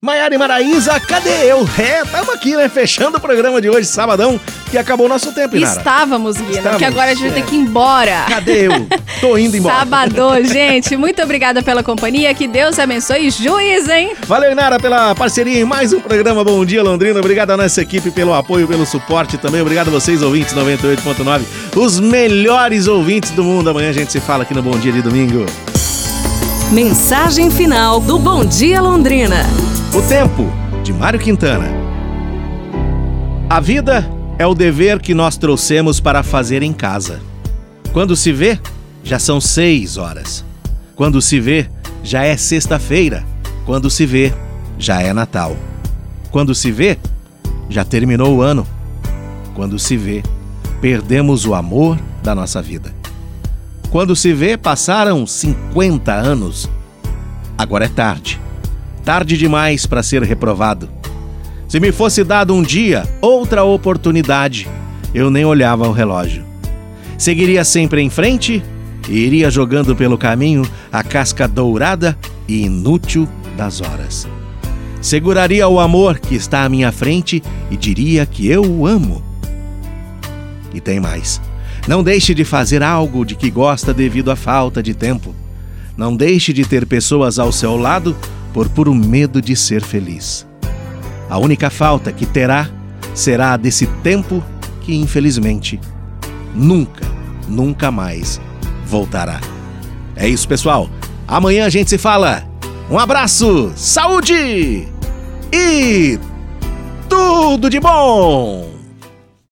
Maiara e Maraísa, cadê eu? Tamo aqui, né? Fechando o programa de hoje, sabadão, que acabou o nosso tempo, Inara. Estávamos, Guina, porque agora a gente vai ter que ir embora. Cadê eu? Tô indo embora. Sabadão, gente. Muito obrigada pela companhia, que Deus abençoe. Juiz, hein? Valeu, Inara, pela parceria em mais um programa Bom Dia Londrina. Obrigado a nossa equipe pelo apoio, pelo suporte também. Obrigado a vocês, ouvintes 98.9, os melhores ouvintes do mundo. Amanhã a gente se fala aqui no Bom Dia de Domingo. Mensagem final do Bom Dia Londrina. O tempo, de Mário Quintana. A vida é o dever que nós trouxemos para fazer em casa. Quando se vê, já são 6 horas. Quando se vê, já é sexta-feira. Quando se vê, já é Natal. Quando se vê, já terminou o ano. Quando se vê, perdemos o amor da nossa vida. Quando se vê, passaram 50 anos. Agora é tarde. Tarde demais para ser reprovado. Se me fosse dado um dia, outra oportunidade, eu nem olhava o relógio. Seguiria sempre em frente e iria jogando pelo caminho a casca dourada e inútil das horas. Seguraria o amor que está à minha frente e diria que eu o amo. E tem mais. Não deixe de fazer algo de que gosta devido à falta de tempo. Não deixe de ter pessoas ao seu lado por puro medo de ser feliz. A única falta que terá será a desse tempo que, infelizmente, nunca mais voltará. É isso, pessoal. Amanhã a gente se fala. Um abraço, saúde e tudo de bom!